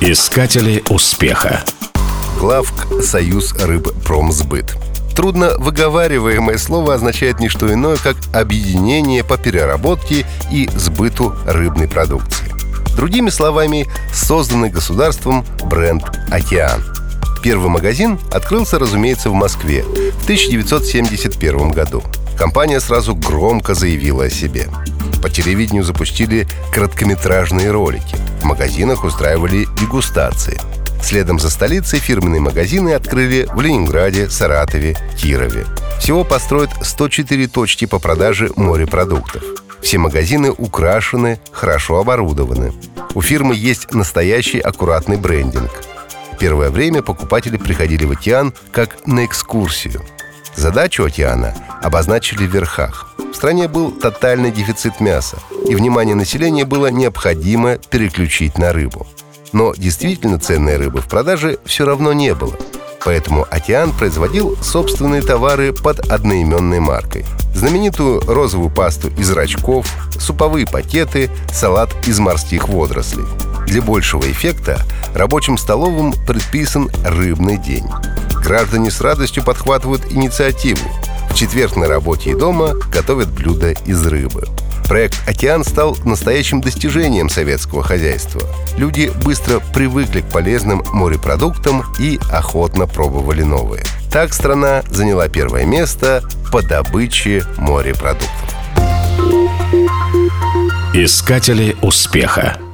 Искатели успеха. Главк «Союз рыбпромсбыт». Трудно выговариваемое слово означает не что иное, как объединение по переработке и сбыту рыбной продукции. Другими словами, созданный государством бренд «Океан». Первый магазин открылся, разумеется, в Москве в 1971 году. Компания сразу громко заявила о себе. По телевидению запустили короткометражные ролики. В магазинах устраивали дегустации. Следом за столицей фирменные магазины открыли в Ленинграде, Саратове, Кирове. Всего построят 104 точки по продаже морепродуктов. Все магазины украшены, хорошо оборудованы. У фирмы есть настоящий аккуратный брендинг. Первое время покупатели приходили в «Океан» как на экскурсию. Задачу «Океана» обозначили в верхах. В стране был тотальный дефицит мяса, и внимание населения было необходимо переключить на рыбу. Но действительно ценной рыбы в продаже все равно не было. Поэтому «Океан» производил собственные товары под одноименной маркой. Знаменитую розовую пасту из рачков, суповые пакеты, салат из морских водорослей. Для большего эффекта рабочим столовым предписан рыбный день. Граждане с радостью подхватывают инициативу. В четверг на работе и дома готовят блюда из рыбы. Проект «Океан» стал настоящим достижением советского хозяйства. Люди быстро привыкли к полезным морепродуктам и охотно пробовали новые. Так страна заняла первое место по добыче морепродуктов. Искатели успеха.